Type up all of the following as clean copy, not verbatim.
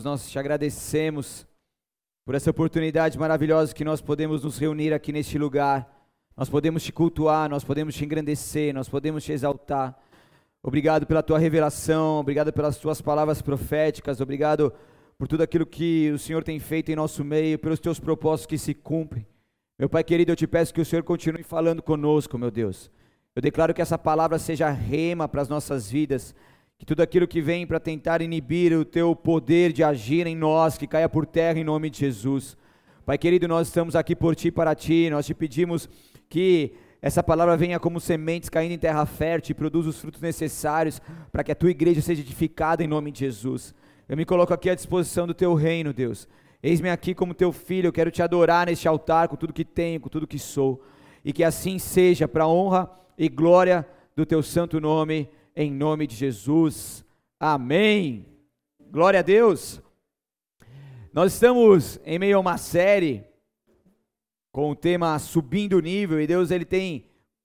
Nós te agradecemos por essa oportunidade maravilhosa que nós podemos nos reunir aqui neste lugar. Nós podemos te cultuar, nós podemos te engrandecer, nós podemos te exaltar. Obrigado pela tua revelação, obrigado pelas tuas palavras proféticas, obrigado por tudo aquilo que o Senhor tem feito em nosso meio, pelos teus propósitos que se cumprem. Meu Pai querido, eu te peço que o Senhor continue falando conosco, meu Deus. Eu declaro que essa palavra seja rema para as nossas vidas, que tudo aquilo que vem para tentar inibir o teu poder de agir em nós, que caia por terra em nome de Jesus. Pai querido, nós estamos aqui por ti e para ti, nós te pedimos que essa palavra venha como sementes caindo em terra fértil e produza os frutos necessários para que a tua igreja seja edificada em nome de Jesus. Eu me coloco aqui à disposição do teu reino, Deus. Eis-me aqui como teu filho, eu quero te adorar neste altar com tudo que tenho, com tudo que sou, e que assim seja para a honra e glória do teu santo nome, em nome de Jesus, amém. Glória a Deus. Nós estamos em meio a uma série com o tema Subindo o Nível, e Deus ele tem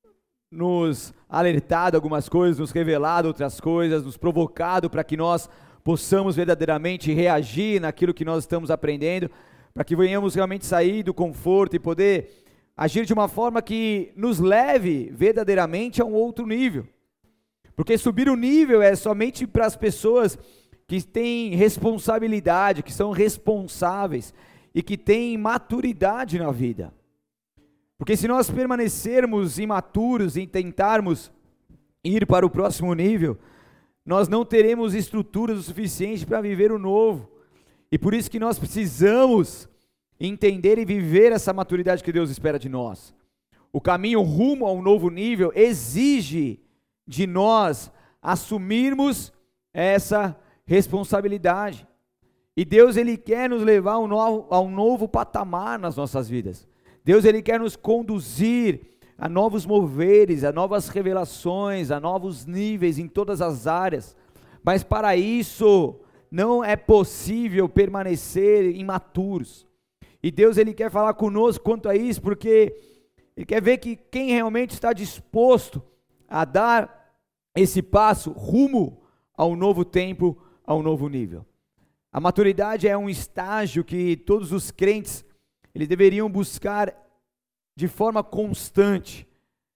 nos alertado algumas coisas, nos revelado outras coisas, nos provocado para que nós possamos verdadeiramente reagir naquilo que nós estamos aprendendo, para que venhamos realmente sair do conforto e poder agir de uma forma que nos leve verdadeiramente a um outro nível. Porque subir o nível é somente para as pessoas que têm responsabilidade, que são responsáveis e que têm maturidade na vida. Porque se nós permanecermos imaturos e tentarmos ir para o próximo nível, nós não teremos estruturas o suficiente para viver o novo. E por isso que nós precisamos entender e viver essa maturidade que Deus espera de nós. O caminho rumo ao novo nível exige de nós assumirmos essa responsabilidade. E Deus ele quer nos levar a um novo patamar nas nossas vidas. Deus ele quer nos conduzir a novos moveres, a novas revelações, a novos níveis em todas as áreas. Mas para isso não é possível permanecer imaturos. E Deus ele quer falar conosco quanto a isso, porque ele quer ver que quem realmente está disposto a dar esse passo rumo ao novo tempo, ao novo nível. A maturidade é um estágio que todos os crentes eles deveriam buscar de forma constante,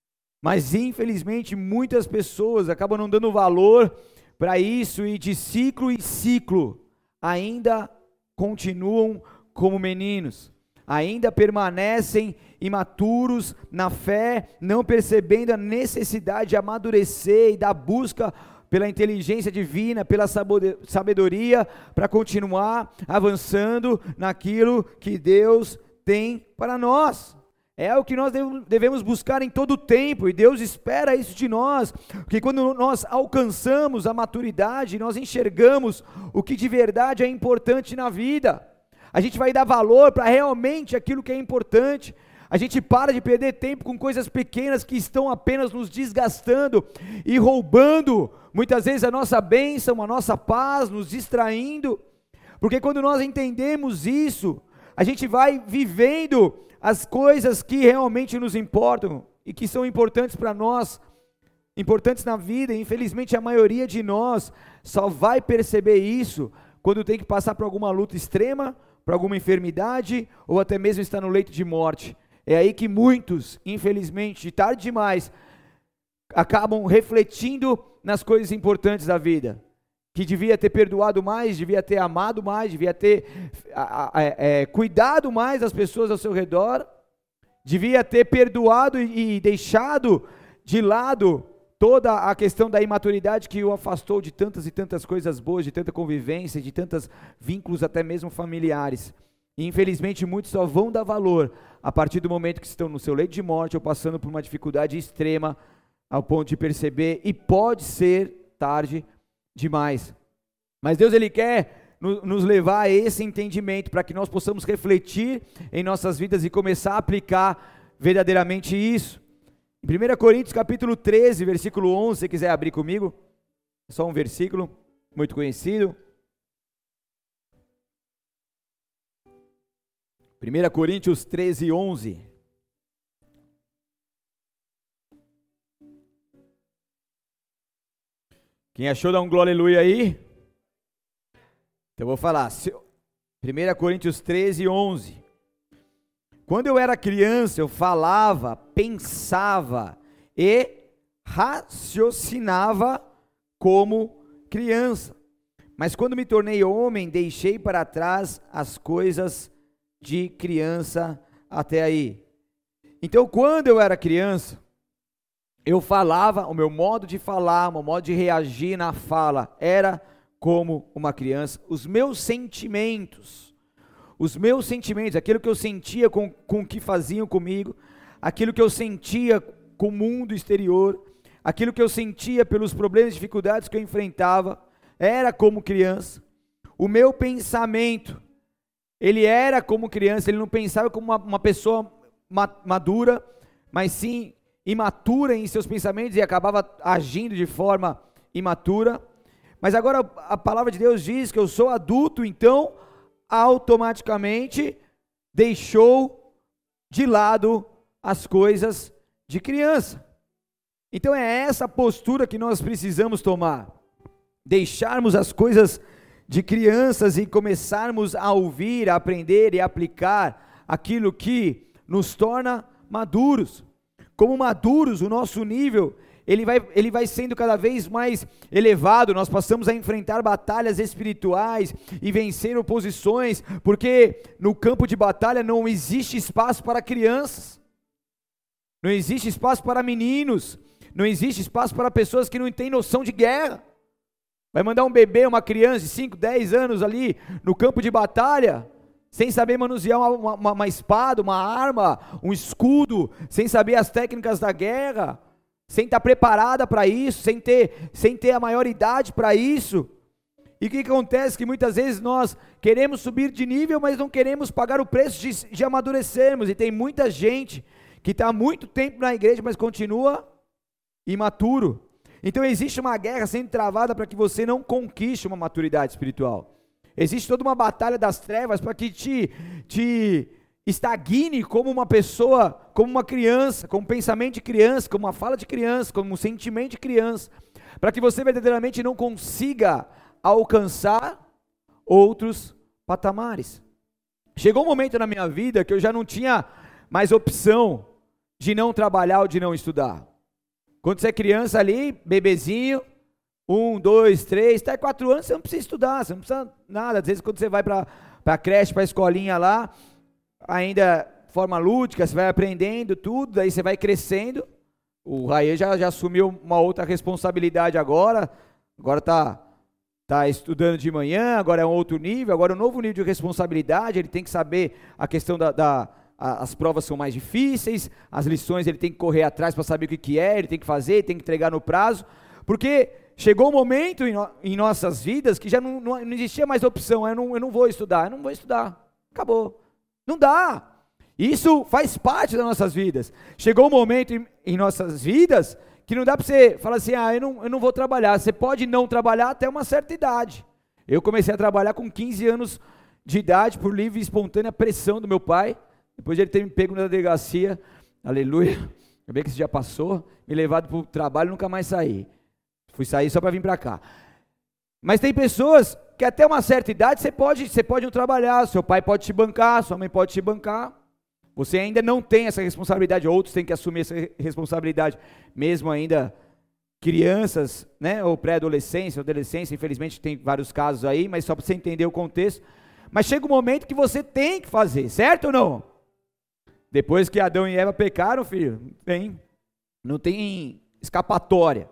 mas infelizmente muitas pessoas acabam não dando valor para isso e de ciclo em ciclo ainda continuam como meninos, ainda permanecem imaturos na fé, não percebendo a necessidade de amadurecer e da busca pela inteligência divina, pela sabedoria, para continuar avançando naquilo que Deus tem para nós. É o que nós devemos buscar em todo o tempo, e Deus espera isso de nós, porque quando nós alcançamos a maturidade, nós enxergamos o que de verdade é importante na vida. A gente vai dar valor para realmente aquilo que é importante. A gente para de perder tempo com coisas pequenas que estão apenas nos desgastando e roubando muitas vezes a nossa bênção, a nossa paz, nos distraindo. Porque quando nós entendemos isso, a gente vai vivendo as coisas que realmente nos importam e que são importantes para nós, importantes na vida. E infelizmente a maioria de nós só vai perceber isso quando tem que passar por alguma luta extrema, por alguma enfermidade ou até mesmo estar no leito de morte. É aí que muitos, infelizmente, tarde demais, acabam refletindo nas coisas importantes da vida, que devia ter perdoado mais, devia ter amado mais, devia ter cuidado mais das pessoas ao seu redor, devia ter perdoado e deixado de lado toda a questão da imaturidade que o afastou de tantas e tantas coisas boas, de tanta convivência, de tantos vínculos até mesmo familiares. E infelizmente muitos só vão dar valor a partir do momento que estão no seu leito de morte ou passando por uma dificuldade extrema ao ponto de perceber, e pode ser tarde demais. Mas Deus ele quer nos levar a esse entendimento para que nós possamos refletir em nossas vidas e começar a aplicar verdadeiramente isso. Em 1 Coríntios capítulo 13, versículo 11, se você quiser abrir comigo, só um versículo muito conhecido. 1 Coríntios 13, 11. Quem achou, dá um glória aleluia aí. Então eu vou falar, 1 Coríntios 13, 11. Quando eu era criança, eu falava, pensava e raciocinava como criança. Mas quando me tornei homem, deixei para trás as coisas de criança até aí. Então, quando eu era criança, eu falava, o meu modo de falar, o meu modo de reagir na fala era como uma criança. Os meus sentimentos, aquilo que eu sentia com o que faziam comigo, aquilo que eu sentia com o mundo exterior, aquilo que eu sentia pelos problemas e dificuldades que eu enfrentava, era como criança. O meu pensamento, ele era como criança, ele não pensava como uma pessoa madura, mas sim imatura em seus pensamentos e acabava agindo de forma imatura. Mas agora a palavra de Deus diz que eu sou adulto, então automaticamente deixou de lado as coisas de criança. Então é essa postura que nós precisamos tomar, deixarmos as coisas de crianças e começarmos a ouvir, a aprender e aplicar aquilo que nos torna maduros. Como maduros, o nosso nível, ele vai sendo cada vez mais elevado, nós passamos a enfrentar batalhas espirituais e vencer oposições, porque no campo de batalha não existe espaço para crianças, não existe espaço para meninos, não existe espaço para pessoas que não têm noção de guerra. Vai mandar um bebê, uma criança de 5, 10 anos ali no campo de batalha, sem saber manusear uma espada, uma arma, um escudo, sem saber as técnicas da guerra, sem estar preparada para isso, sem ter a maioridade para isso. E o que acontece? Que muitas vezes nós queremos subir de nível, mas não queremos pagar o preço de amadurecermos, e tem muita gente que está há muito tempo na igreja, mas continua imaturo. Então existe uma guerra sendo travada para que você não conquiste uma maturidade espiritual. Existe toda uma batalha das trevas para que te estagne como uma pessoa, como uma criança, como um pensamento de criança, como uma fala de criança, como um sentimento de criança, para que você verdadeiramente não consiga alcançar outros patamares. Chegou um momento na minha vida que eu já não tinha mais opção de não trabalhar ou de não estudar. Quando você é criança ali, bebezinho, 1, 2, 3, até 4 anos, você não precisa estudar, você não precisa nada. Às vezes quando você vai para a creche, para a escolinha lá, ainda de forma lúdica, você vai aprendendo tudo, daí você vai crescendo. O Raê já assumiu uma outra responsabilidade agora está estudando de manhã, agora é um outro nível, agora é um novo nível de responsabilidade, ele tem que saber a questão as provas são mais difíceis, as lições ele tem que correr atrás para saber o que é, ele tem que fazer, ele tem que entregar no prazo, porque chegou um momento em nossas vidas que já não existia mais opção, eu não vou estudar, acabou, não dá, isso faz parte das nossas vidas. Chegou um momento em nossas vidas que não dá para você falar assim, eu não vou trabalhar. Você pode não trabalhar até uma certa idade. Eu comecei a trabalhar com 15 anos de idade, por livre e espontânea pressão do meu pai, depois de ele ter me pego na delegacia, aleluia, eu bem que isso já passou, me levado para o trabalho e nunca mais saí. Fui sair só para vir para cá. Mas tem pessoas que até uma certa idade você pode não trabalhar, seu pai pode te bancar, sua mãe pode te bancar, você ainda não tem essa responsabilidade, outros têm que assumir essa responsabilidade, mesmo ainda crianças, né, ou pré-adolescência, adolescência, infelizmente tem vários casos aí, mas só para você entender o contexto. Mas chega um momento que você tem que fazer, certo ou não? Depois que Adão e Eva pecaram, filho, não tem escapatória.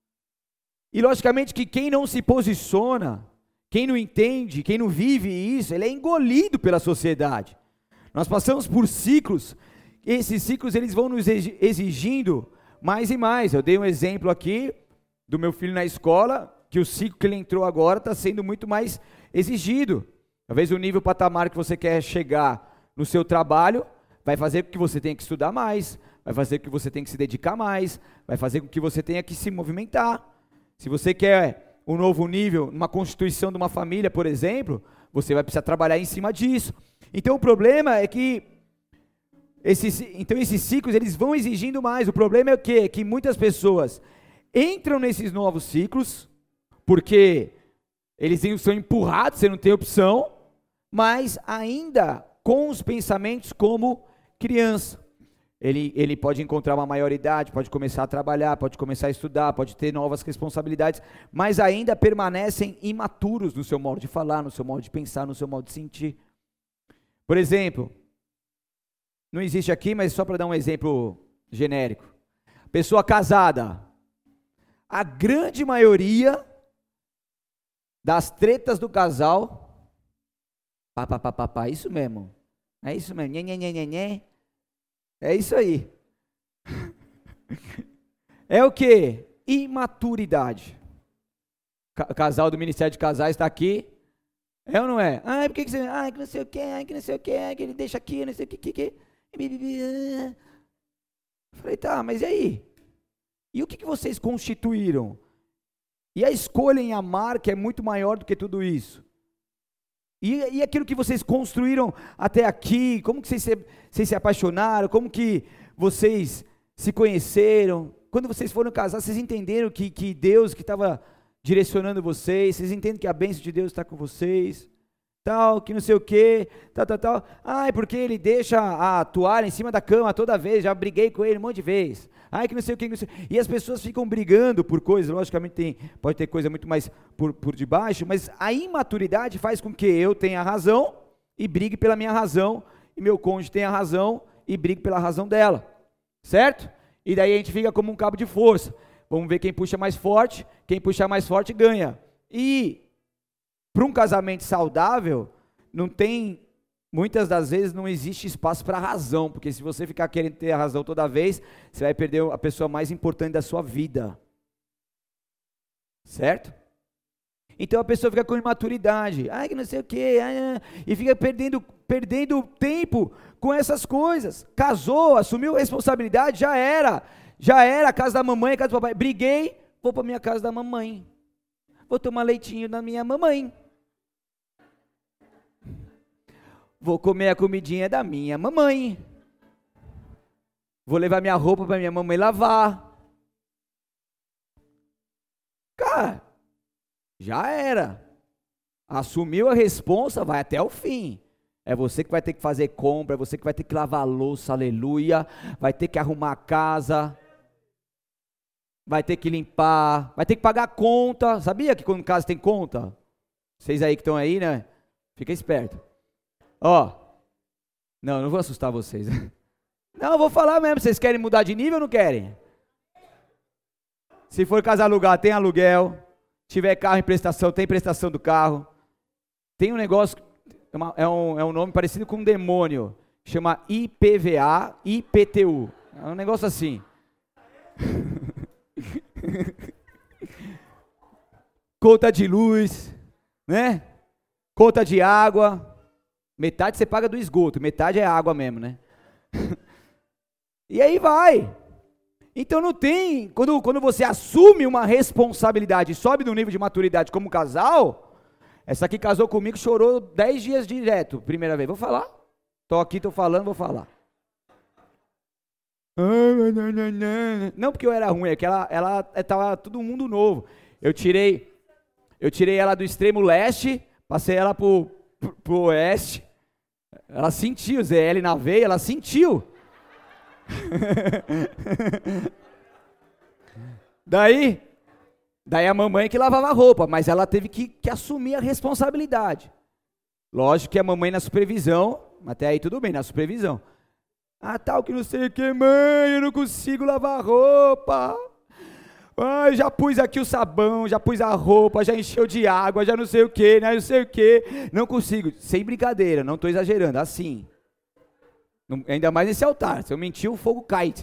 E logicamente que quem não se posiciona, quem não entende, quem não vive isso, ele é engolido pela sociedade. Nós passamos por ciclos, esses ciclos eles vão nos exigindo mais e mais. Eu dei um exemplo aqui do meu filho na escola, que o ciclo que ele entrou agora está sendo muito mais exigido. Talvez o nível patamar que você quer chegar no seu trabalho vai fazer com que você tenha que estudar mais, vai fazer com que você tenha que se dedicar mais, vai fazer com que você tenha que se movimentar. Se você quer um novo nível, uma constituição de uma família, por exemplo, você vai precisar trabalhar em cima disso. Então o problema é que esses ciclos eles vão exigindo mais. O problema é o quê? Que muitas pessoas entram nesses novos ciclos porque Eles são empurrados, você não tem opção, mas ainda com os pensamentos como criança. Ele pode encontrar uma maioridade, pode começar a trabalhar, pode começar a estudar, pode ter novas responsabilidades, mas ainda permanecem imaturos no seu modo de falar, no seu modo de pensar, no seu modo de sentir. Por exemplo, não existe aqui, mas só para dar um exemplo genérico. Pessoa casada. A grande maioria das tretas do casal, isso mesmo, é isso mesmo, é isso aí. É o que? Imaturidade. Casal do Ministério de Casais está aqui. É ou não é? Por que você... que não sei o que, que não sei o que, que ele deixa aqui, não sei o que. Falei, tá, mas e aí? E o que vocês constituíram? E a escolha em amar, que é muito maior do que tudo isso. E aquilo que vocês construíram até aqui, como que vocês se apaixonaram, como que vocês se conheceram, quando vocês foram casar, vocês entenderam que Deus que estava direcionando vocês entendem que a bênção de Deus está com vocês, tal, que não sei o que, tal. Porque ele deixa a toalha em cima da cama toda vez, já briguei com ele um monte de vezes. Que não sei o que, e as pessoas ficam brigando por coisas, logicamente pode ter coisa muito mais por debaixo, mas a imaturidade faz com que eu tenha razão e brigue pela minha razão, e meu cônjuge tenha razão e brigue pela razão dela, certo? E daí a gente fica como um cabo de força, vamos ver quem puxa mais forte ganha. E para um casamento saudável, muitas das vezes não existe espaço para razão, porque se você ficar querendo ter a razão toda vez, você vai perder a pessoa mais importante da sua vida, certo? Então a pessoa fica com imaturidade, que não sei o que, e fica perdendo tempo com essas coisas. Casou, assumiu a responsabilidade, já era a casa da mamãe, a casa do papai. Briguei, vou para minha casa da mamãe, vou tomar leitinho da minha mamãe. Vou comer a comidinha da minha mamãe. Vou levar minha roupa para minha mamãe lavar. Cara, já era. Assumiu a responsa, vai até o fim. É você que vai ter que fazer compra, é você que vai ter que lavar a louça, aleluia. Vai ter que arrumar a casa. Vai ter que limpar. Vai ter que pagar a conta. Sabia que quando em casa tem conta? Vocês aí que estão aí, né? Fica esperto. Não vou assustar vocês. Não, eu vou falar mesmo, vocês querem mudar de nível ou não querem? Se for casa alugada, tem aluguel. Tiver carro em prestação, tem prestação do carro. Tem um negócio, é um nome parecido com um demônio, chama IPVA, IPTU. É um negócio assim. Conta de luz, né? Conta de água. Metade você paga do esgoto, metade é água mesmo, né? E aí vai. Então não tem, quando você assume uma responsabilidade e sobe no nível de maturidade como casal, essa aqui casou comigo, chorou 10 dias direto, primeira vez. Vou falar? Tô falando, vou falar. Não porque eu era ruim, é que ela tava todo mundo novo. Eu tirei ela do extremo leste, passei ela pro oeste. Ela sentiu, ZL na veia, ela sentiu. Daí a mamãe que lavava a roupa, mas ela teve que assumir a responsabilidade. Lógico que a mamãe na supervisão, até aí tudo bem, na supervisão. Tal que não sei o que, mãe, eu não consigo lavar a roupa. Já pus aqui o sabão, já pus a roupa, já encheu de água, já não sei o que, não sei o que. Não consigo, sem brincadeira, não estou exagerando, assim. Ainda mais nesse altar, se eu mentir o fogo cai.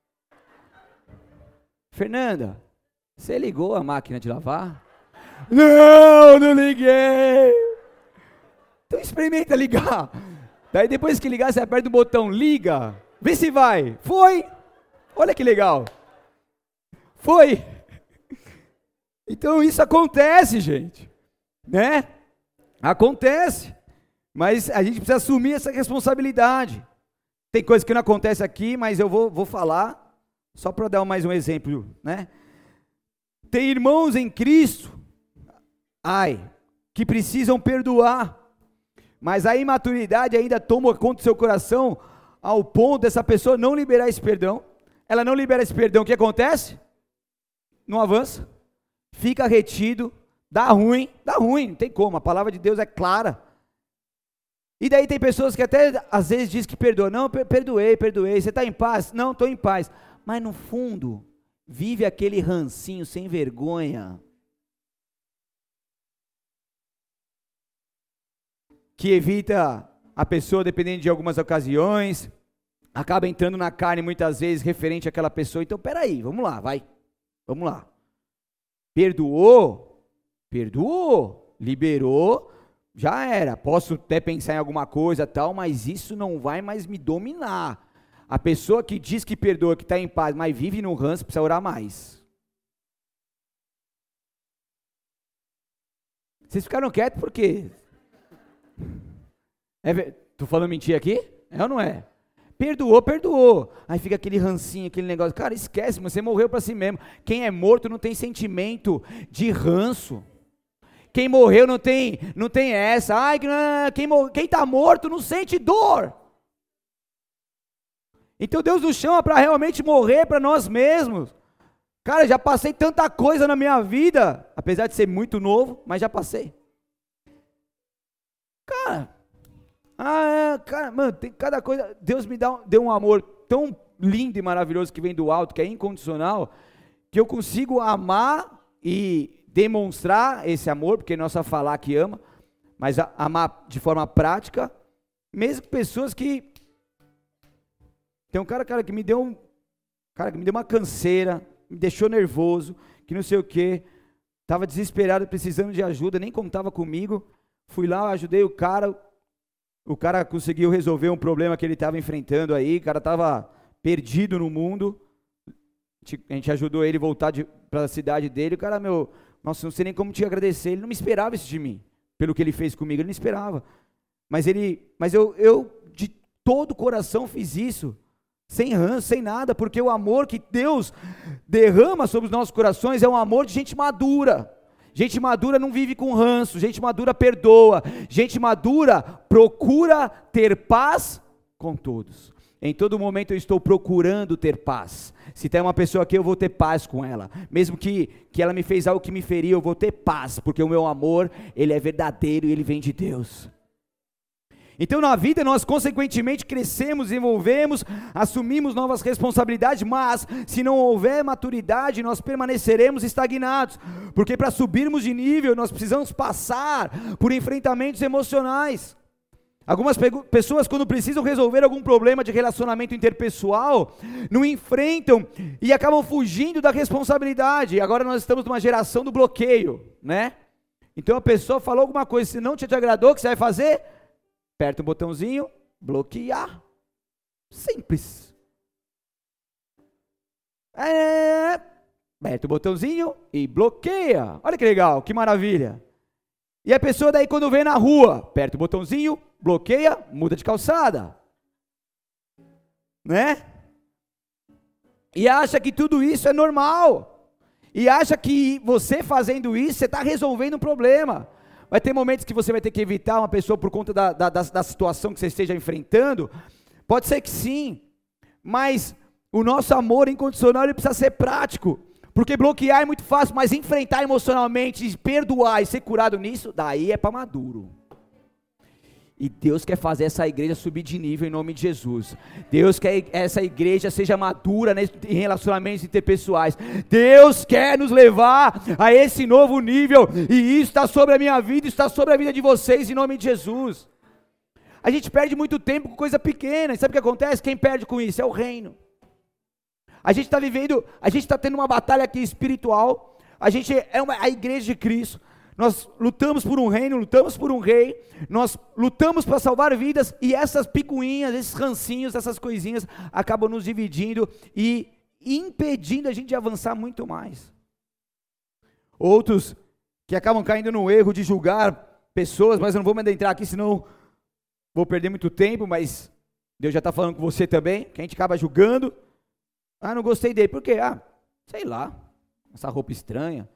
Fernanda, você ligou a máquina de lavar? Não liguei. Então experimenta ligar. Daí depois que ligar, você aperta o botão liga, vê se vai. Foi. Olha que legal. Foi. Então isso acontece, gente, né? Acontece, mas a gente precisa assumir essa responsabilidade. Tem coisa que não acontece aqui, mas eu vou falar, só para dar mais um exemplo, né? Tem irmãos em Cristo, que precisam perdoar, mas a imaturidade ainda toma conta do seu coração, ao ponto dessa pessoa não liberar esse perdão. Ela não libera esse perdão, o que acontece? Não avança, fica retido, dá ruim, não tem como, a palavra de Deus é clara. E daí tem pessoas que até às vezes dizem que perdoam, não, perdoei, você está em paz? Não, estou em paz, mas no fundo, vive aquele rancinho sem vergonha, que evita a pessoa, dependendo de algumas ocasiões, acaba entrando na carne muitas vezes referente àquela pessoa. Então peraí, vamos lá, perdoou, liberou, já era, posso até pensar em alguma coisa tal, mas isso não vai mais me dominar. A pessoa que diz que perdoa, que está em paz, mas vive no ranço, precisa orar mais. Vocês ficaram quietos por quê? Tô falando mentira aqui? É ou não é? Perdoou. Aí fica aquele rancinho, aquele negócio. Cara, esquece, você morreu para si mesmo. Quem é morto não tem sentimento de ranço. Quem morreu não tem essa. Ai, quem está morto não sente dor. Então Deus nos chama para realmente morrer para nós mesmos. Cara, já passei tanta coisa na minha vida, apesar de ser muito novo, mas já passei. Cara, mano, tem cada coisa. Deus me deu um amor tão lindo e maravilhoso que vem do alto, que é incondicional, que eu consigo amar e demonstrar esse amor, porque não é só falar que ama, mas amar de forma prática, mesmo que pessoas que... Tem um cara que me deu uma canseira, me deixou nervoso, que não sei o quê, estava desesperado, precisando de ajuda, nem contava comigo, fui lá, ajudei o cara conseguiu resolver um problema que ele estava enfrentando aí, o cara estava perdido no mundo, a gente ajudou ele a voltar para a cidade dele, o cara, nossa, não sei nem como te agradecer, ele não me esperava isso de mim, pelo que ele fez comigo, ele não esperava, mas eu de todo o coração fiz isso, sem ranço, sem nada, porque o amor que Deus derrama sobre os nossos corações é um amor de gente madura. Gente madura não vive com ranço, gente madura perdoa, gente madura procura ter paz com todos. Em todo momento eu estou procurando ter paz. Se tem uma pessoa aqui, eu vou ter paz com ela. Mesmo que ela me fez algo que me feriu, eu vou ter paz, porque o meu amor, ele é verdadeiro e ele vem de Deus. Então na vida nós consequentemente crescemos, desenvolvemos, assumimos novas responsabilidades, mas se não houver maturidade nós permaneceremos estagnados, porque para subirmos de nível nós precisamos passar por enfrentamentos emocionais. Algumas pessoas quando precisam resolver algum problema de relacionamento interpessoal, não enfrentam e acabam fugindo da responsabilidade. Agora nós estamos numa geração do bloqueio, né? Então a pessoa falou alguma coisa, se não te agradou, o que você vai fazer? Aperta o botãozinho, bloquear. Simples. Aperta o botãozinho e bloqueia. Olha que legal, que maravilha. E a pessoa daí quando vem na rua, aperta o botãozinho, bloqueia, muda de calçada. Né? E acha que tudo isso é normal. E acha que você fazendo isso, você está resolvendo um problema. Vai ter momentos que você vai ter que evitar uma pessoa por conta da situação que você esteja enfrentando. Pode ser que sim, mas o nosso amor incondicional ele precisa ser prático, porque bloquear é muito fácil, mas enfrentar emocionalmente, perdoar e ser curado nisso, daí é para maduro. E Deus quer fazer essa igreja subir de nível em nome de Jesus. Deus quer que essa igreja seja madura em relacionamentos interpessoais. Deus quer nos levar a esse novo nível. E isso está sobre a minha vida, está sobre a vida de vocês em nome de Jesus. A gente perde muito tempo com coisa pequena. E sabe o que acontece? Quem perde com isso é o reino. A gente está tendo uma batalha aqui espiritual. A gente é a igreja de Cristo. Nós lutamos por um reino, lutamos por um rei, nós lutamos para salvar vidas, e essas picuinhas, esses rancinhos, essas coisinhas, acabam nos dividindo e impedindo a gente de avançar muito mais. Outros que acabam caindo no erro de julgar pessoas, mas eu não vou me adentrar aqui, senão vou perder muito tempo, mas Deus já está falando com você também, que a gente acaba julgando. Não gostei dele, por quê? Sei lá, essa roupa estranha.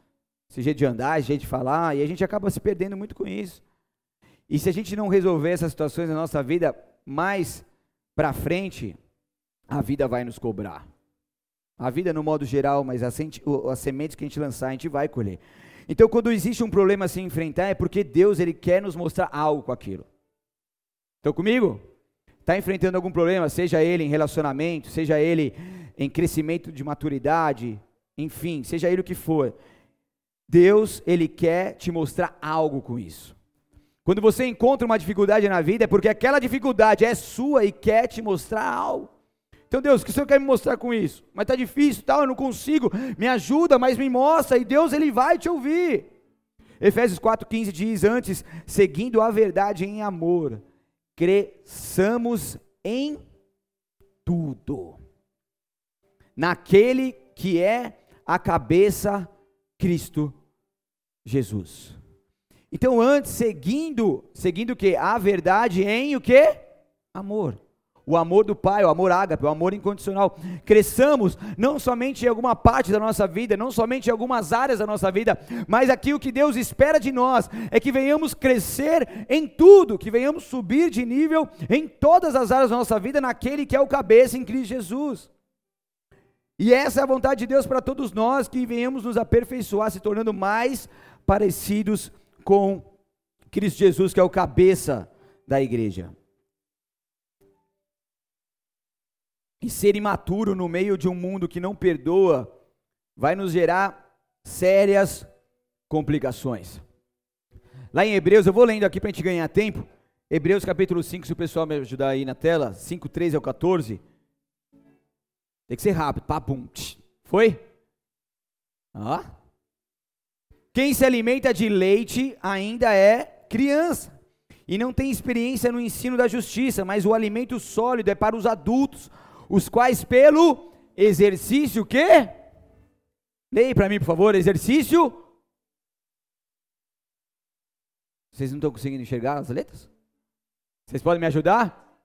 esse jeito de andar, esse jeito de falar, e a gente acaba se perdendo muito com isso. E se a gente não resolver essas situações na nossa vida, mais para frente, a vida vai nos cobrar. A vida no modo geral, mas as sementes que a gente lançar, a gente vai colher. Então, quando existe um problema a se enfrentar, é porque Deus, Ele quer nos mostrar algo com aquilo. Estão comigo? Está enfrentando algum problema, seja ele em relacionamento, seja ele em crescimento de maturidade, enfim, seja ele o que for. Deus, Ele quer te mostrar algo com isso. Quando você encontra uma dificuldade na vida, é porque aquela dificuldade é sua e quer te mostrar algo. Então, Deus, o que o Senhor quer me mostrar com isso? Mas está difícil, tal, eu não consigo, me ajuda, mas me mostra, e Deus, Ele vai te ouvir. Efésios 4,15 diz, antes, seguindo a verdade em amor, cresçamos em tudo, naquele que é a cabeça, Cristo Jesus. Então, antes, seguindo o que? A verdade em o que? Amor. O amor do Pai, o amor ágape, o amor incondicional. Cresçamos não somente em alguma parte da nossa vida, não somente em algumas áreas da nossa vida, mas aqui o que Deus espera de nós é que venhamos crescer em tudo, que venhamos subir de nível em todas as áreas da nossa vida, naquele que é o cabeça, em Cristo Jesus. E essa é a vontade de Deus para todos nós, que venhamos nos aperfeiçoar, se tornando mais parecidos com Cristo Jesus, que é o cabeça da igreja. E ser imaturo no meio de um mundo que não perdoa, vai nos gerar sérias complicações. Lá em Hebreus, eu vou lendo aqui para a gente ganhar tempo, Hebreus capítulo 5, se o pessoal me ajudar aí na tela, 5, 13 ao 14, tem que ser rápido, papum, foi? Ó. Quem se alimenta de leite ainda é criança, e não tem experiência no ensino da justiça, mas o alimento sólido é para os adultos, os quais pelo exercício, o quê? Leia para mim, por favor, exercício. Vocês não estão conseguindo enxergar as letras? Vocês podem me ajudar?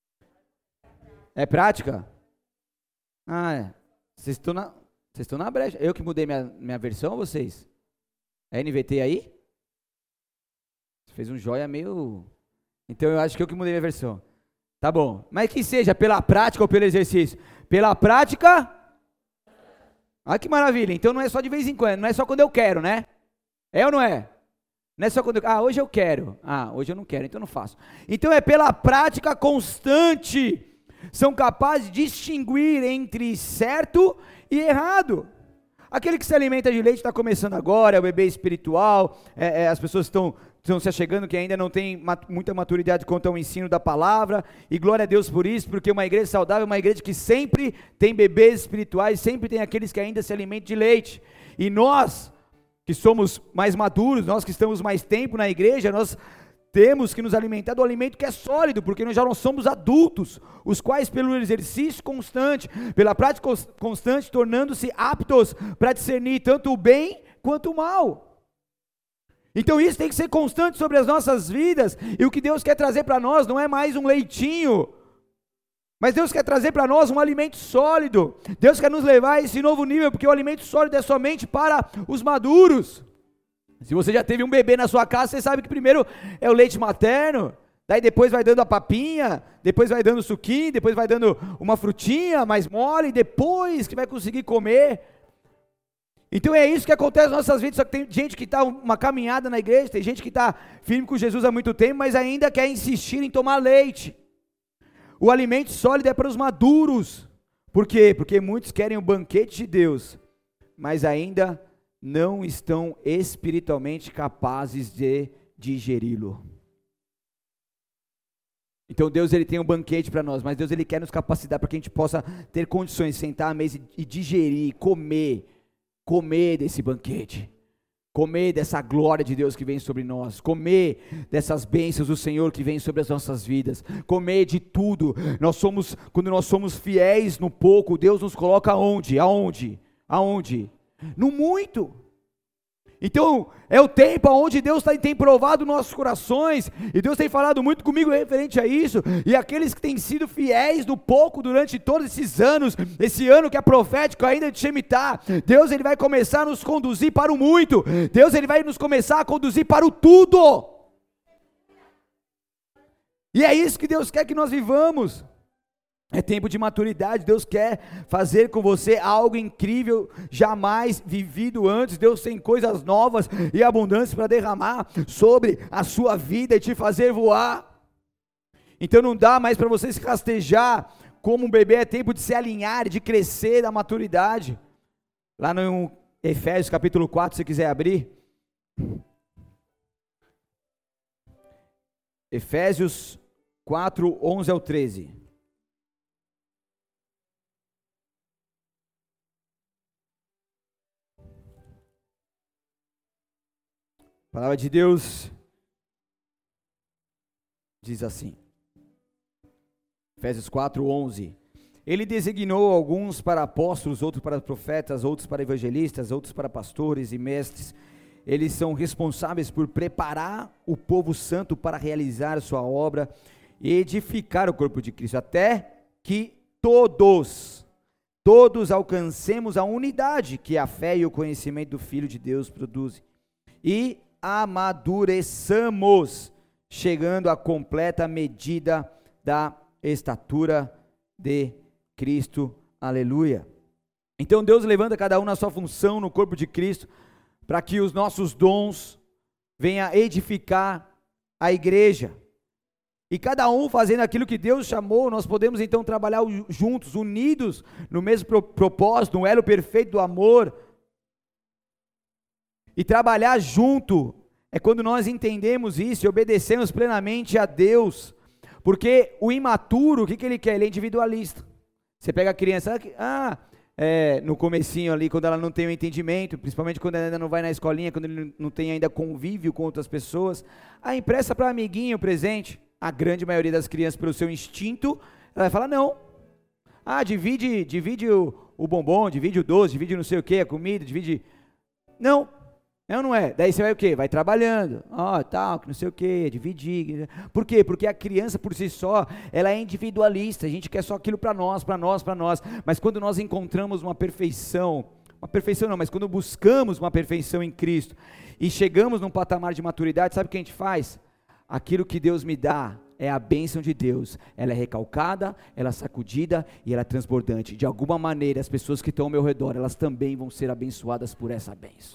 É prática? Ah, é. Vocês estão na brecha. Eu que mudei minha versão, ou vocês? É NVT aí? Você fez um joia meio... Então eu acho que eu que mudei minha versão. Tá bom, mas que seja pela prática ou pelo exercício? Pela prática, olha que maravilha, então não é só de vez em quando, não é só quando eu quero, né? É ou não é? Não é só quando hoje eu quero, hoje eu não quero, então não faço. Então é pela prática constante, são capazes de distinguir entre certo e errado. Aquele que se alimenta de leite está começando agora, é o bebê espiritual, as pessoas estão se achegando que ainda não tem muita maturidade quanto ao ensino da palavra, e glória a Deus por isso, porque uma igreja saudável é uma igreja que sempre tem bebês espirituais, sempre tem aqueles que ainda se alimentam de leite, e nós, que somos mais maduros, nós que estamos mais tempo na igreja, nós temos que nos alimentar do alimento que é sólido, porque nós já não somos adultos, os quais pelo exercício constante, pela prática constante, tornando-se aptos para discernir tanto o bem quanto o mal. Então isso tem que ser constante sobre as nossas vidas, e o que Deus quer trazer para nós não é mais um leitinho, mas Deus quer trazer para nós um alimento sólido. Deus quer nos levar a esse novo nível, porque o alimento sólido é somente para os maduros. Se você já teve um bebê na sua casa, você sabe que primeiro é o leite materno, daí depois vai dando a papinha, depois vai dando suquinho, depois vai dando uma frutinha mais mole, depois que vai conseguir comer. Então é isso que acontece nas nossas vidas, só que tem gente que está uma caminhada na igreja, tem gente que está firme com Jesus há muito tempo, mas ainda quer insistir em tomar leite. O alimento sólido é para os maduros. Por quê? Porque muitos querem o banquete de Deus, mas ainda não estão espiritualmente capazes de digeri-lo. Então Deus, Ele tem um banquete para nós, mas Deus, Ele quer nos capacitar para que a gente possa ter condições de sentar à mesa e digerir, comer desse banquete, comer dessa glória de Deus que vem sobre nós, comer dessas bênçãos do Senhor que vem sobre as nossas vidas, comer de tudo. Quando nós somos fiéis no pouco, Deus nos coloca aonde? No muito. Então, é o tempo onde Deus tem provado nossos corações, e Deus tem falado muito comigo referente a isso, e aqueles que têm sido fiéis no pouco durante todos esses anos, esse ano que é profético ainda de Shemitah, Deus ele vai começar a nos conduzir para o muito, Deus ele vai nos começar a conduzir para o tudo, e é isso que Deus quer que nós vivamos. É tempo de maturidade, Deus quer fazer com você algo incrível, jamais vivido antes. Deus tem coisas novas e abundâncias para derramar sobre a sua vida e te fazer voar. Então não dá mais para você se rastejar como um bebê, é tempo de se alinhar, de crescer da maturidade. Lá no Efésios capítulo 4, se você quiser abrir. Efésios 4, 11 ao 13. A palavra de Deus diz assim, Efésios 4, 11, ele designou alguns para apóstolos, outros para profetas, outros para evangelistas, outros para pastores e mestres. Eles são responsáveis por preparar o povo santo para realizar sua obra e edificar o corpo de Cristo, até que todos alcancemos a unidade que a fé e o conhecimento do Filho de Deus produzem, e amadureçamos, chegando à completa medida da estatura de Cristo, aleluia. Então Deus levanta cada um na sua função no corpo de Cristo, para que os nossos dons venham edificar a igreja, e cada um fazendo aquilo que Deus chamou, nós podemos então trabalhar juntos, unidos no mesmo propósito, no elo perfeito do amor. E trabalhar junto é quando nós entendemos isso e obedecemos plenamente a Deus, porque o imaturo, o que ele quer? Ele é individualista. Você pega a criança, no comecinho ali, quando ela não tem o entendimento, principalmente quando ela ainda não vai na escolinha, quando ele não tem ainda convívio com outras pessoas, empresta para amiguinho o presente. A grande maioria das crianças, pelo seu instinto, ela vai falar não. Divide o bombom, divide o doce, divide não sei o que, a comida, divide... Não. É ou não é? Daí você vai o quê? Vai trabalhando, que não sei o quê, dividir. Por quê? Porque a criança por si só, ela é individualista, a gente quer só aquilo para nós, mas quando nós encontramos uma perfeição não, mas quando buscamos uma perfeição em Cristo, e chegamos num patamar de maturidade, sabe o que a gente faz? Aquilo que Deus me dá é a bênção de Deus, ela é recalcada, ela é sacudida e ela é transbordante. De alguma maneira, as pessoas que estão ao meu redor, elas também vão ser abençoadas por essa bênção.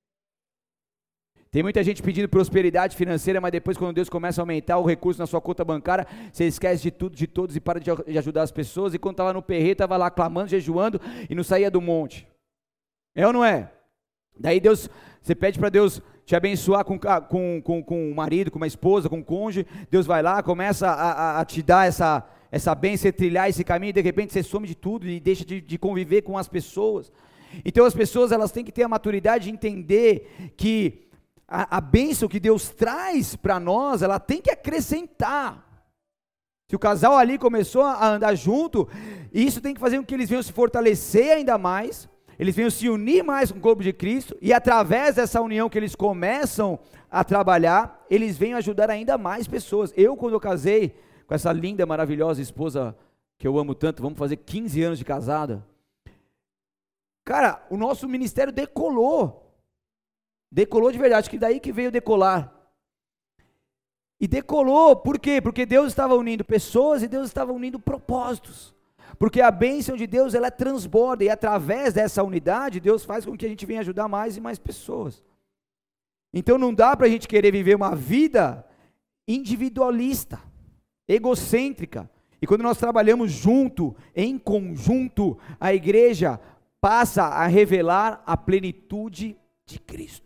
Tem muita gente pedindo prosperidade financeira, mas depois quando Deus começa a aumentar o recurso na sua conta bancária, você esquece de tudo, de todos e para de ajudar as pessoas, e quando estava no perreiro, estava lá clamando, jejuando e não saía do monte. É ou não é? Daí Deus, você pede para Deus te abençoar com um marido, com uma esposa, com um cônjuge, Deus vai lá, começa a te dar essa bênção, você trilhar esse caminho, e de repente você some de tudo e deixa de conviver com as pessoas. Então as pessoas, elas têm que ter a maturidade de entender que a bênção que Deus traz para nós, ela tem que acrescentar. Se o casal ali começou a andar junto, isso tem que fazer com que eles venham se fortalecer ainda mais, eles venham se unir mais com o corpo de Cristo, e através dessa união que eles começam a trabalhar, eles venham ajudar ainda mais pessoas. Quando eu casei com essa linda, maravilhosa esposa, que eu amo tanto, vamos fazer 15 anos de casada, cara, o nosso ministério decolou de verdade, acho que daí que veio decolar, e decolou, por quê? Porque Deus estava unindo pessoas, e Deus estava unindo propósitos, porque a bênção de Deus, ela transborda, e através dessa unidade, Deus faz com que a gente venha ajudar mais e mais pessoas. Então não dá para a gente querer viver uma vida individualista, egocêntrica, e quando nós trabalhamos junto, em conjunto, a igreja passa a revelar a plenitude de Cristo.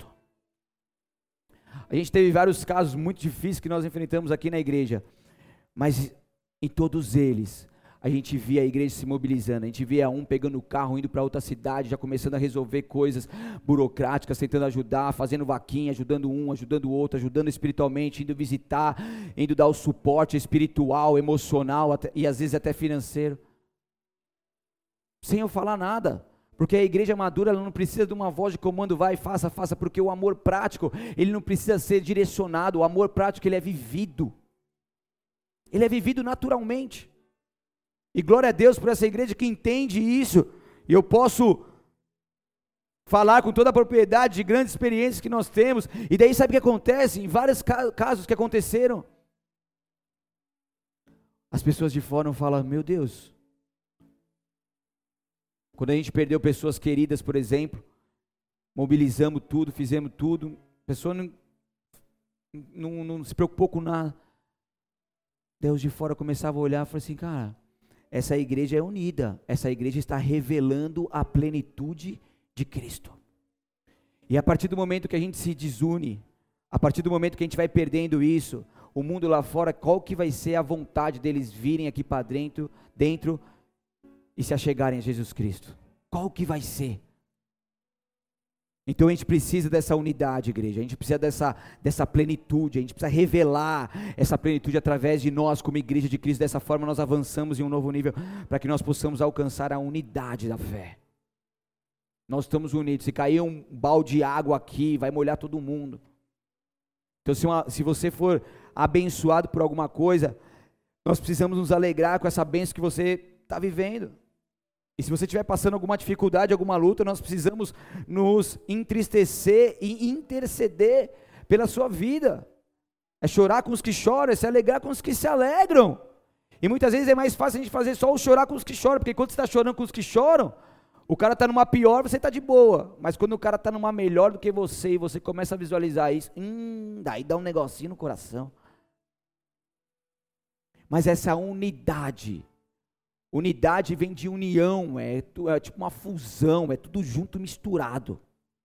A gente teve vários casos muito difíceis que nós enfrentamos aqui na igreja, mas em todos eles, a gente via a igreja se mobilizando, a gente via um pegando o carro, indo para outra cidade, já começando a resolver coisas burocráticas, tentando ajudar, fazendo vaquinha, ajudando um, ajudando o outro, ajudando espiritualmente, indo visitar, indo dar o suporte espiritual, emocional, e às vezes até financeiro, sem eu falar nada, Porque a igreja madura, ela não precisa de uma voz de comando, vai, faça, faça, porque o amor prático, ele não precisa ser direcionado, o amor prático, ele é vivido naturalmente, e glória a Deus por essa igreja que entende isso, e eu posso falar com toda a propriedade de grandes experiências que nós temos, e daí sabe o que acontece? Em vários casos que aconteceram, as pessoas de fora falam, meu Deus, quando a gente perdeu pessoas queridas, por exemplo, mobilizamos tudo, fizemos tudo, a pessoa não se preocupou com nada, Deus de fora começava a olhar e falou assim, cara, essa igreja é unida, essa igreja está revelando a plenitude de Cristo, e a partir do momento que a gente se desune, a partir do momento que a gente vai perdendo isso, o mundo lá fora, qual que vai ser a vontade deles virem aqui para dentro e se achegarem a Jesus Cristo? Qual que vai ser? Então a gente precisa dessa unidade, igreja, a gente precisa dessa plenitude, a gente precisa revelar essa plenitude através de nós como igreja de Cristo, dessa forma nós avançamos em um novo nível, para que nós possamos alcançar a unidade da fé. Nós estamos unidos, se cair um balde de água aqui, vai molhar todo mundo. Então se você for abençoado por alguma coisa, nós precisamos nos alegrar com essa bênção que você está vivendo. E se você estiver passando alguma dificuldade, alguma luta, nós precisamos nos entristecer e interceder pela sua vida. É chorar com os que choram, é se alegrar com os que se alegram. E muitas vezes é mais fácil a gente fazer só o chorar com os que choram, porque quando você está chorando com os que choram, o cara está numa pior, você está de boa. Mas quando o cara está numa melhor do que você, e você começa a visualizar isso, daí dá um negocinho no coração. Mas essa unidade vem de união, é tipo uma fusão, é tudo junto, misturado.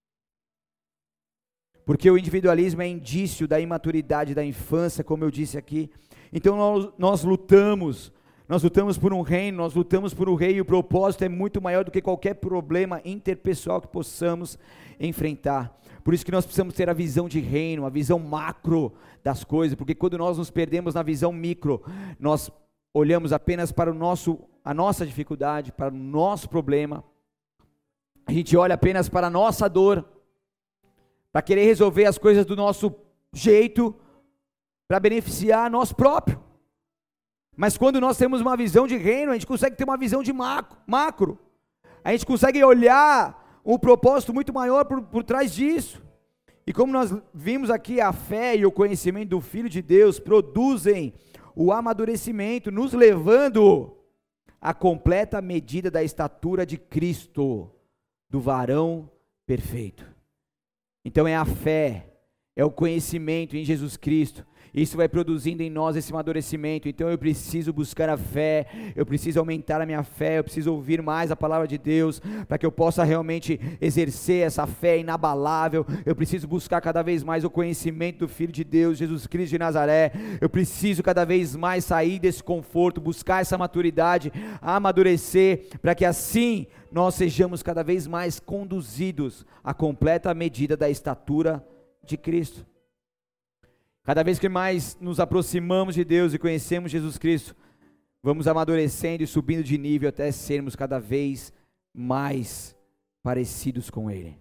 Porque o individualismo é indício da imaturidade da infância, como eu disse aqui. Então nós lutamos por um reino, nós lutamos por um rei, e o propósito é muito maior do que qualquer problema interpessoal que possamos enfrentar. Por isso que nós precisamos ter a visão de reino, a visão macro das coisas, porque quando nós nos perdemos na visão micro, nós olhamos apenas para a nossa dificuldade, para o nosso problema, a gente olha apenas para a nossa dor, para querer resolver as coisas do nosso jeito, para beneficiar nós próprios. Mas quando nós temos uma visão de reino, a gente consegue ter uma visão de macro, a gente consegue olhar um propósito muito maior por trás disso. E como nós vimos aqui, a fé e o conhecimento do Filho de Deus produzem o amadurecimento, nos levando à completa medida da estatura de Cristo, do varão perfeito. Então é a fé, é o conhecimento em Jesus Cristo, isso vai produzindo em nós esse amadurecimento. Então eu preciso buscar a fé, eu preciso aumentar a minha fé, eu preciso ouvir mais a palavra de Deus, para que eu possa realmente exercer essa fé inabalável. Eu preciso buscar cada vez mais o conhecimento do Filho de Deus, Jesus Cristo de Nazaré. Eu preciso cada vez mais sair desse conforto, buscar essa maturidade, amadurecer, para que assim nós sejamos cada vez mais conduzidos à completa medida da estatura de Cristo. Cada vez que mais nos aproximamos de Deus e conhecemos Jesus Cristo, vamos amadurecendo e subindo de nível até sermos cada vez mais parecidos com Ele.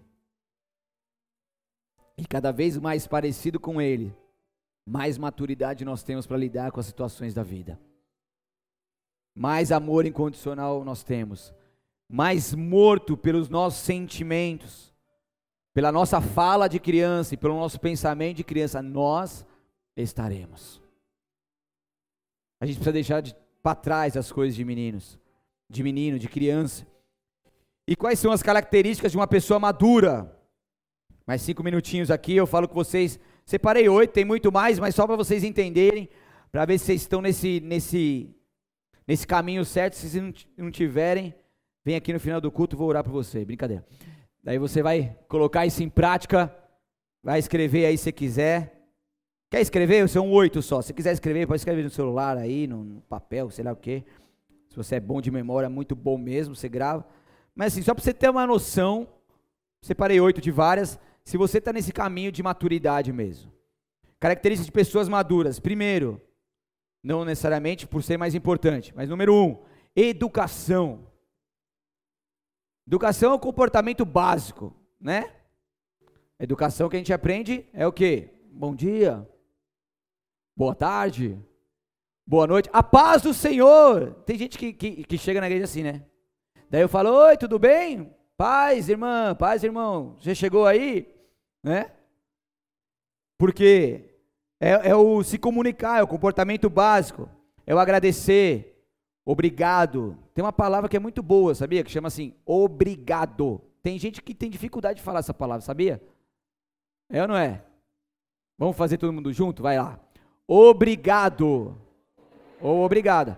E cada vez mais parecido com Ele, mais maturidade nós temos para lidar com as situações da vida. Mais amor incondicional nós temos, mais morto pelos nossos sentimentos, pela nossa fala de criança e pelo nosso pensamento de criança, nós estaremos. A gente precisa deixar para trás as coisas de meninos, de menino, de criança. E quais são as características de uma pessoa madura? Mais 5 minutinhos aqui, eu falo com vocês, separei 8, tem muito mais, mas só para vocês entenderem, para ver se vocês estão nesse caminho certo. Se vocês não tiverem, vem aqui no final do culto, vou orar por você, brincadeira. Daí você vai colocar isso em prática, vai escrever aí se quiser. Quer escrever? São 8 só. Se quiser escrever, pode escrever no celular aí, no papel, sei lá o que. Se você é bom de memória, muito bom mesmo, você grava. Mas assim, só para você ter uma noção, separei 8 de várias, se você está nesse caminho de maturidade mesmo. Características de pessoas maduras. Primeiro, não necessariamente por ser mais importante, mas número 1, educação. Educação é um comportamento básico, né? Educação que a gente aprende é o quê? Bom dia, boa tarde, boa noite, a paz do Senhor. Tem gente que chega na igreja assim, né? Daí eu falo, oi, tudo bem? Paz, irmã, paz, irmão, você chegou aí? Né? Porque é o se comunicar, é o comportamento básico, é o agradecer, obrigado. Tem uma palavra que é muito boa, sabia? Que chama assim, obrigado. Tem gente que tem dificuldade de falar essa palavra, sabia? É ou não é? Vamos fazer todo mundo junto? Vai lá. Obrigado. Ou obrigada.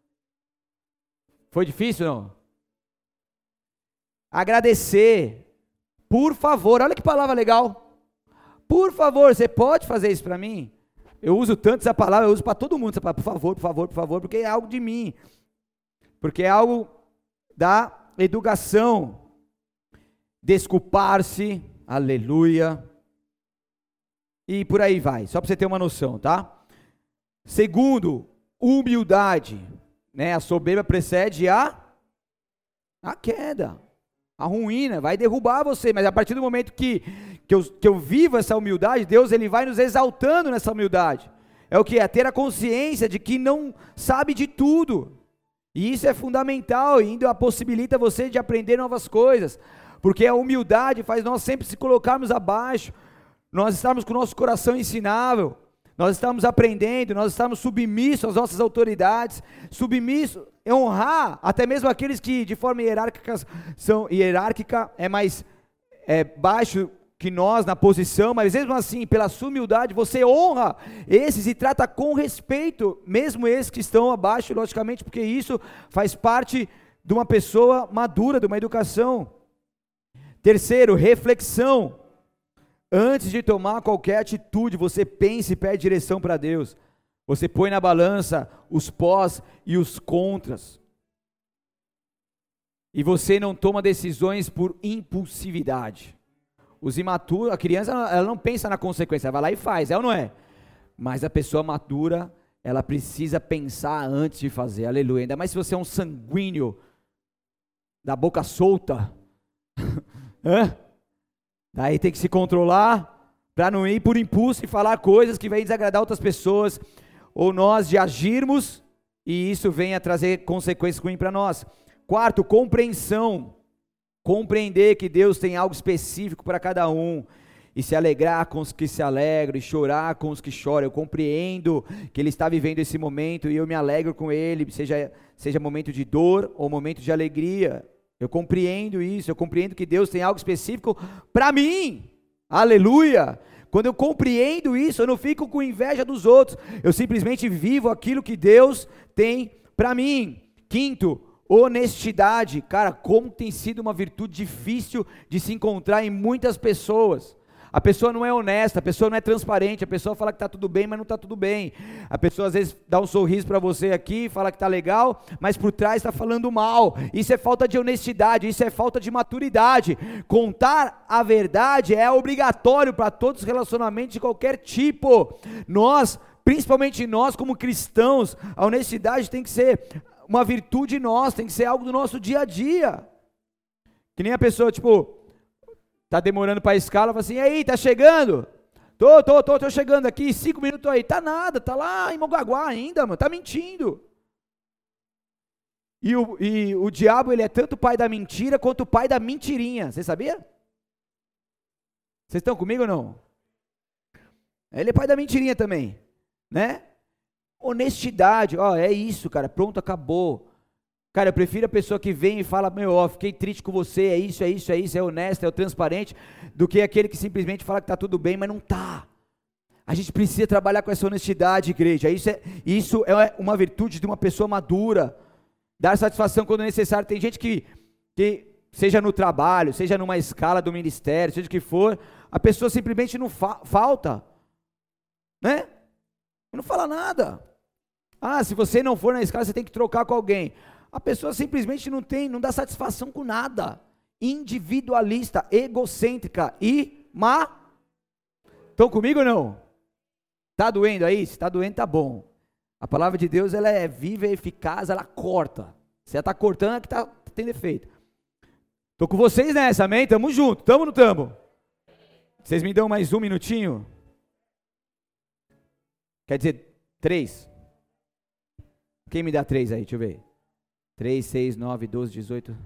Foi difícil, não? Agradecer. Por favor, olha que palavra legal. Por favor, você pode fazer isso para mim? Eu uso tanto essa palavra, eu uso para todo mundo essa palavra, por favor, por favor, por favor, porque é algo de mim. Porque é algo da educação. Desculpar-se, aleluia. E por aí vai, só para você ter uma noção, tá? Segundo, humildade, né? A soberba precede a queda, a ruína, vai derrubar você, mas a partir do momento que eu vivo essa humildade, Deus ele vai nos exaltando nessa humildade. É o que? É ter a consciência de que não sabe de tudo, e isso é fundamental, e ainda possibilita você de aprender novas coisas, porque a humildade faz nós sempre se colocarmos abaixo, nós estamos com o nosso coração ensinável, nós estamos aprendendo, nós estamos submissos às nossas autoridades, submissos, honrar até mesmo aqueles que de forma hierárquica é mais baixo que nós na posição, mas mesmo assim, pela sua humildade, você honra esses e trata com respeito, mesmo esses que estão abaixo, logicamente, porque isso faz parte de uma pessoa madura, de uma educação. Terceiro, reflexão. Antes de tomar qualquer atitude, você pense e pede direção para Deus. Você põe na balança os pós e os contras. E você não toma decisões por impulsividade. Os imaturos, a criança, ela não pensa na consequência, ela vai lá e faz, é ou não é? Mas a pessoa madura, ela precisa pensar antes de fazer, aleluia. Ainda mais se você é um sanguíneo, da boca solta, daí tem que se controlar, para não ir por impulso e falar coisas que vêm desagradar outras pessoas, ou nós de agirmos, e isso venha trazer consequências ruins para nós. Quarto, compreensão, compreender que Deus tem algo específico para cada um, e se alegrar com os que se alegram, e chorar com os que choram. Eu compreendo que Ele está vivendo esse momento, e eu me alegro com Ele, seja momento de dor, ou momento de alegria. Eu compreendo isso, eu compreendo que Deus tem algo específico para mim, aleluia. Quando eu compreendo isso, eu não fico com inveja dos outros, eu simplesmente vivo aquilo que Deus tem para mim. Quinto, honestidade. Cara, como tem sido uma virtude difícil de se encontrar em muitas pessoas. A pessoa não é honesta, a pessoa não é transparente, a pessoa fala que está tudo bem, mas não está tudo bem. A pessoa às vezes dá um sorriso para você aqui, fala que está legal, mas por trás está falando mal. Isso é falta de honestidade, isso é falta de maturidade. Contar a verdade é obrigatório para todos os relacionamentos de qualquer tipo. Nós, principalmente nós como cristãos, a honestidade tem que ser uma virtude nossa, tem que ser algo do nosso dia a dia. Que nem a pessoa, tipo, tá demorando para a escala, fala assim, e aí, tá chegando? Tô chegando aqui, 5 minutos aí, tá nada, tá lá em Mongaguá ainda, mano, tá mentindo. E o diabo, ele é tanto o pai da mentira, quanto o pai da mentirinha, você sabia? Vocês estão comigo ou não? Ele é pai da mentirinha também, né? Honestidade, é isso, cara, pronto, acabou. Cara, eu prefiro a pessoa que vem e fala, fiquei triste com você, é isso, é honesto, é o transparente, do que aquele que simplesmente fala que está tudo bem, mas não está. A gente precisa trabalhar com essa honestidade, igreja. Isso é uma virtude de uma pessoa madura. Dar satisfação quando necessário. Tem gente que seja no trabalho, seja numa escala do ministério, seja o que for, a pessoa simplesmente não falta, né? Não fala nada. Se você não for na escala, você tem que trocar com alguém. A pessoa simplesmente não dá satisfação com nada. Individualista, egocêntrica e Estão comigo ou não? Está doendo aí? Se está doendo, tá bom. A palavra de Deus, ela é viva e eficaz, ela corta. Se ela está cortando, é que tem defeito. Tô com vocês nessa, amém? Tamo junto, tamo ou não tamo? Vocês me dão mais um minutinho? Quer dizer, 3? Quem me dá 3 aí? Deixa eu ver. 3, 6, 9, 12, 18.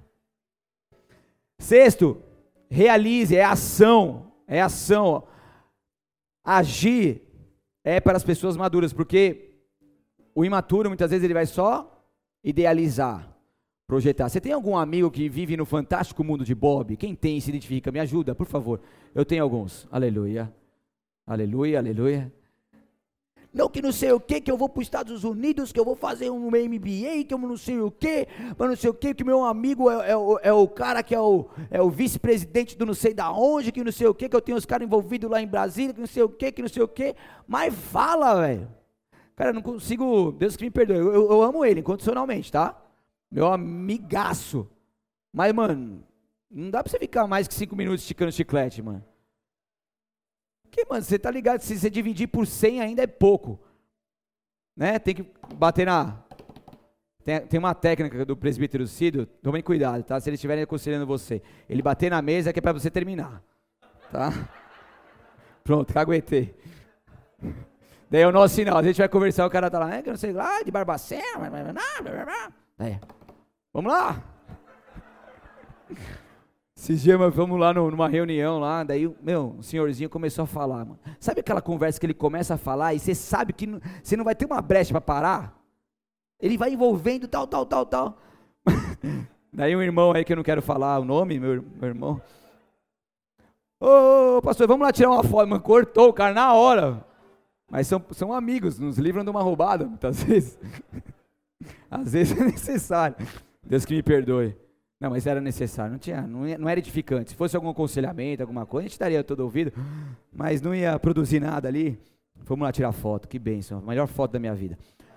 Sexto, realize, é ação. É ação. Agir é para as pessoas maduras, porque o imaturo muitas vezes ele vai só idealizar, projetar. Você tem algum amigo que vive no fantástico mundo de Bob? Quem tem e se identifica? Me ajuda, por favor. Eu tenho alguns. Aleluia. Aleluia, aleluia. Não que não sei o que eu vou para os Estados Unidos, que eu vou fazer um MBA, que eu não sei o que, mas não sei o que meu amigo é o cara que é o vice-presidente do não sei da onde, que não sei o que eu tenho os caras envolvidos lá em Brasília, que não sei o que, mas fala, velho. Cara, eu não consigo, Deus que me perdoe, eu amo ele incondicionalmente, tá? Meu amigaço. Mas, mano, não dá pra você ficar mais que 5 minutos esticando chiclete, mano. Porque, mano, você tá ligado, se você dividir por 100 ainda é pouco, né, tem que bater tem uma técnica do presbítero Cido, tomem cuidado, tá, se eles estiverem aconselhando você, ele bater na mesa é que é pra você terminar, tá, pronto, caguetei, daí é o nosso sinal, a gente vai conversar, o cara tá lá, que não sei lá, de Barbacena, vamos lá. Esses dias vamos lá numa reunião lá, daí, o senhorzinho começou a falar, mano. Sabe aquela conversa que ele começa a falar e você sabe que você não vai ter uma brecha para parar? Ele vai envolvendo tal. Daí um irmão aí que eu não quero falar o nome, meu irmão. Ô, pastor, vamos lá tirar uma foto, mano, cortou o cara na hora. Mas são amigos, nos livram de uma roubada, muitas vezes. Às vezes é necessário. Deus que me perdoe. Não, mas era necessário, não era edificante. Se fosse algum aconselhamento, alguma coisa, a gente estaria todo ouvido, mas não ia produzir nada ali. Vamos lá tirar foto, que bênção, a melhor foto da minha vida.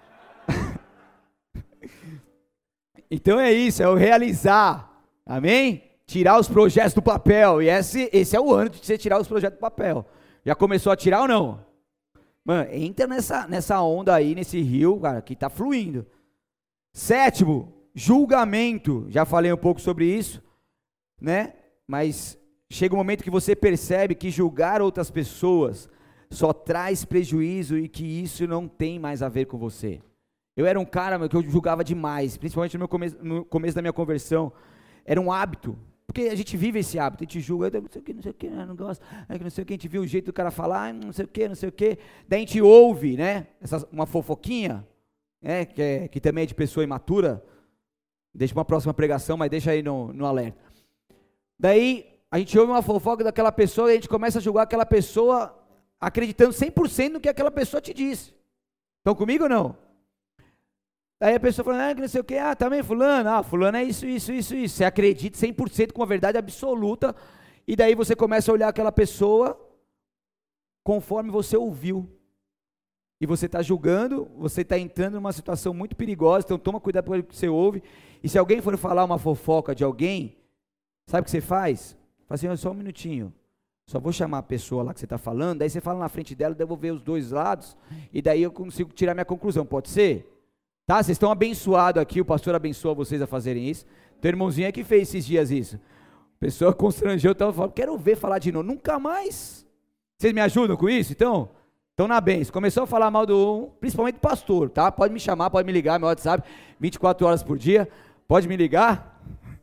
Então é isso, é o realizar, amém? Tirar os projetos do papel, e esse é o ano de você tirar os projetos do papel. Já começou a tirar ou não? Mano, entra nessa onda aí, nesse rio, cara, que tá fluindo. Sétimo, julgamento, já falei um pouco sobre isso, né, mas chega um momento que você percebe que julgar outras pessoas só traz prejuízo e que isso não tem mais a ver com você. Eu era um cara que eu julgava demais, principalmente no começo da minha conversão, era um hábito, porque a gente vive esse hábito, a gente julga, não sei o que, não gosto, não sei o que, a gente viu o jeito do cara falar, não sei o que, daí a gente ouve, né, uma fofoquinha, né, que também é de pessoa imatura. Deixa uma próxima pregação, mas deixa aí no alerta. Daí, a gente ouve uma fofoca daquela pessoa e a gente começa a julgar aquela pessoa acreditando 100% no que aquela pessoa te disse. Estão comigo ou não? Daí a pessoa fala, que não sei o que, também fulano é isso. Você acredita 100% com a verdade absoluta e daí você começa a olhar aquela pessoa conforme você ouviu. E você está julgando, você está entrando numa situação muito perigosa, então toma cuidado com o que você ouve. E se alguém for falar uma fofoca de alguém, sabe o que você faz? Fala assim, só um minutinho, só vou chamar a pessoa lá que você está falando, daí você fala na frente dela, daí eu vou ver os dois lados, e daí eu consigo tirar minha conclusão, pode ser? Tá, vocês estão abençoados aqui, o pastor abençoa vocês a fazerem isso. Teu irmãozinho é que fez esses dias isso. A pessoa constrangeu, estava falando, quero ver falar de novo, nunca mais. Vocês me ajudam com isso, então? Então, na benção, começou a falar mal principalmente do pastor, tá? Pode me chamar, pode me ligar, meu WhatsApp, 24 horas por dia, pode me ligar.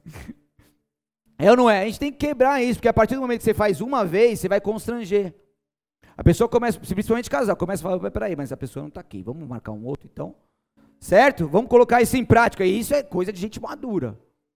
É ou não é? A gente tem que quebrar isso, porque a partir do momento que você faz uma vez, você vai constranger. A pessoa começa, principalmente casal, começa a falar, peraí, mas a pessoa não está aqui, vamos marcar um outro então? Certo? Vamos colocar isso em prática, e isso é coisa de gente madura.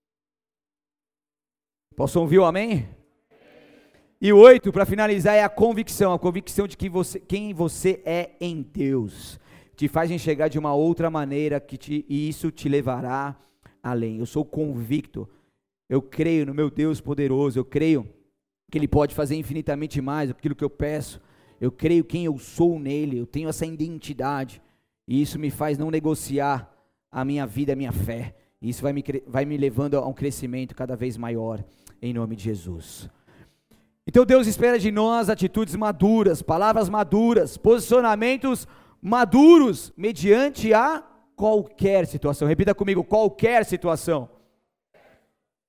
Posso ouvir o amém? E 8, para finalizar, é a convicção de que quem você é em Deus, te faz enxergar de uma outra maneira, e isso te levará além. Eu sou convicto, eu creio no meu Deus poderoso, eu creio que Ele pode fazer infinitamente mais do que aquilo que eu peço, eu creio quem eu sou nele, eu tenho essa identidade, e isso me faz não negociar a minha vida, a minha fé, e isso vai me levando a um crescimento cada vez maior, em nome de Jesus. Então Deus espera de nós atitudes maduras, palavras maduras, posicionamentos maduros, mediante a qualquer situação. Repita comigo, qualquer situação.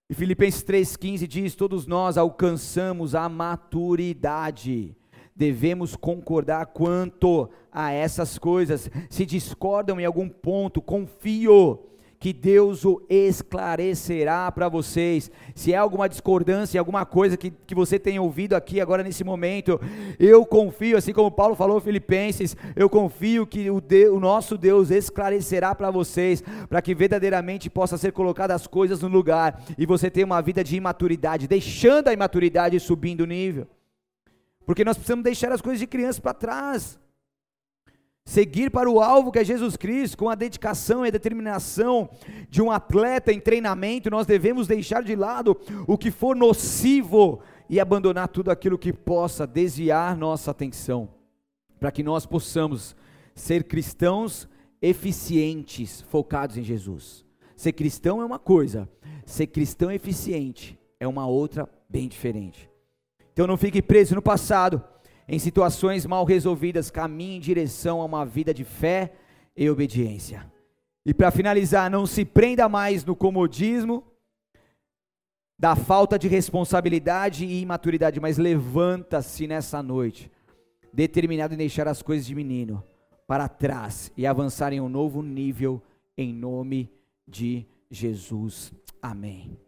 E Filipenses 3,15 diz: todos nós alcançamos a maturidade. Devemos concordar quanto a essas coisas. Se discordam em algum ponto, confio que Deus o esclarecerá para vocês. Se há alguma discordância, alguma coisa que você tenha ouvido aqui agora nesse momento, eu confio, assim como Paulo falou em Filipenses, eu confio que o nosso Deus esclarecerá para vocês, para que verdadeiramente possa ser colocadas as coisas no lugar, e você tenha uma vida de imaturidade, deixando a imaturidade e subindo o nível, porque nós precisamos deixar as coisas de criança para trás, seguir para o alvo que é Jesus Cristo, com a dedicação e a determinação de um atleta em treinamento. Nós devemos deixar de lado o que for nocivo e abandonar tudo aquilo que possa desviar nossa atenção, para que nós possamos ser cristãos eficientes, focados em Jesus. Ser cristão é uma coisa, ser cristão eficiente é uma outra bem diferente. Então não fique preso no passado, em situações mal resolvidas, caminhe em direção a uma vida de fé e obediência. E para finalizar, não se prenda mais no comodismo da falta de responsabilidade e imaturidade, mas levanta-se nessa noite, determinado em deixar as coisas de menino para trás e avançar em um novo nível, em nome de Jesus. Amém.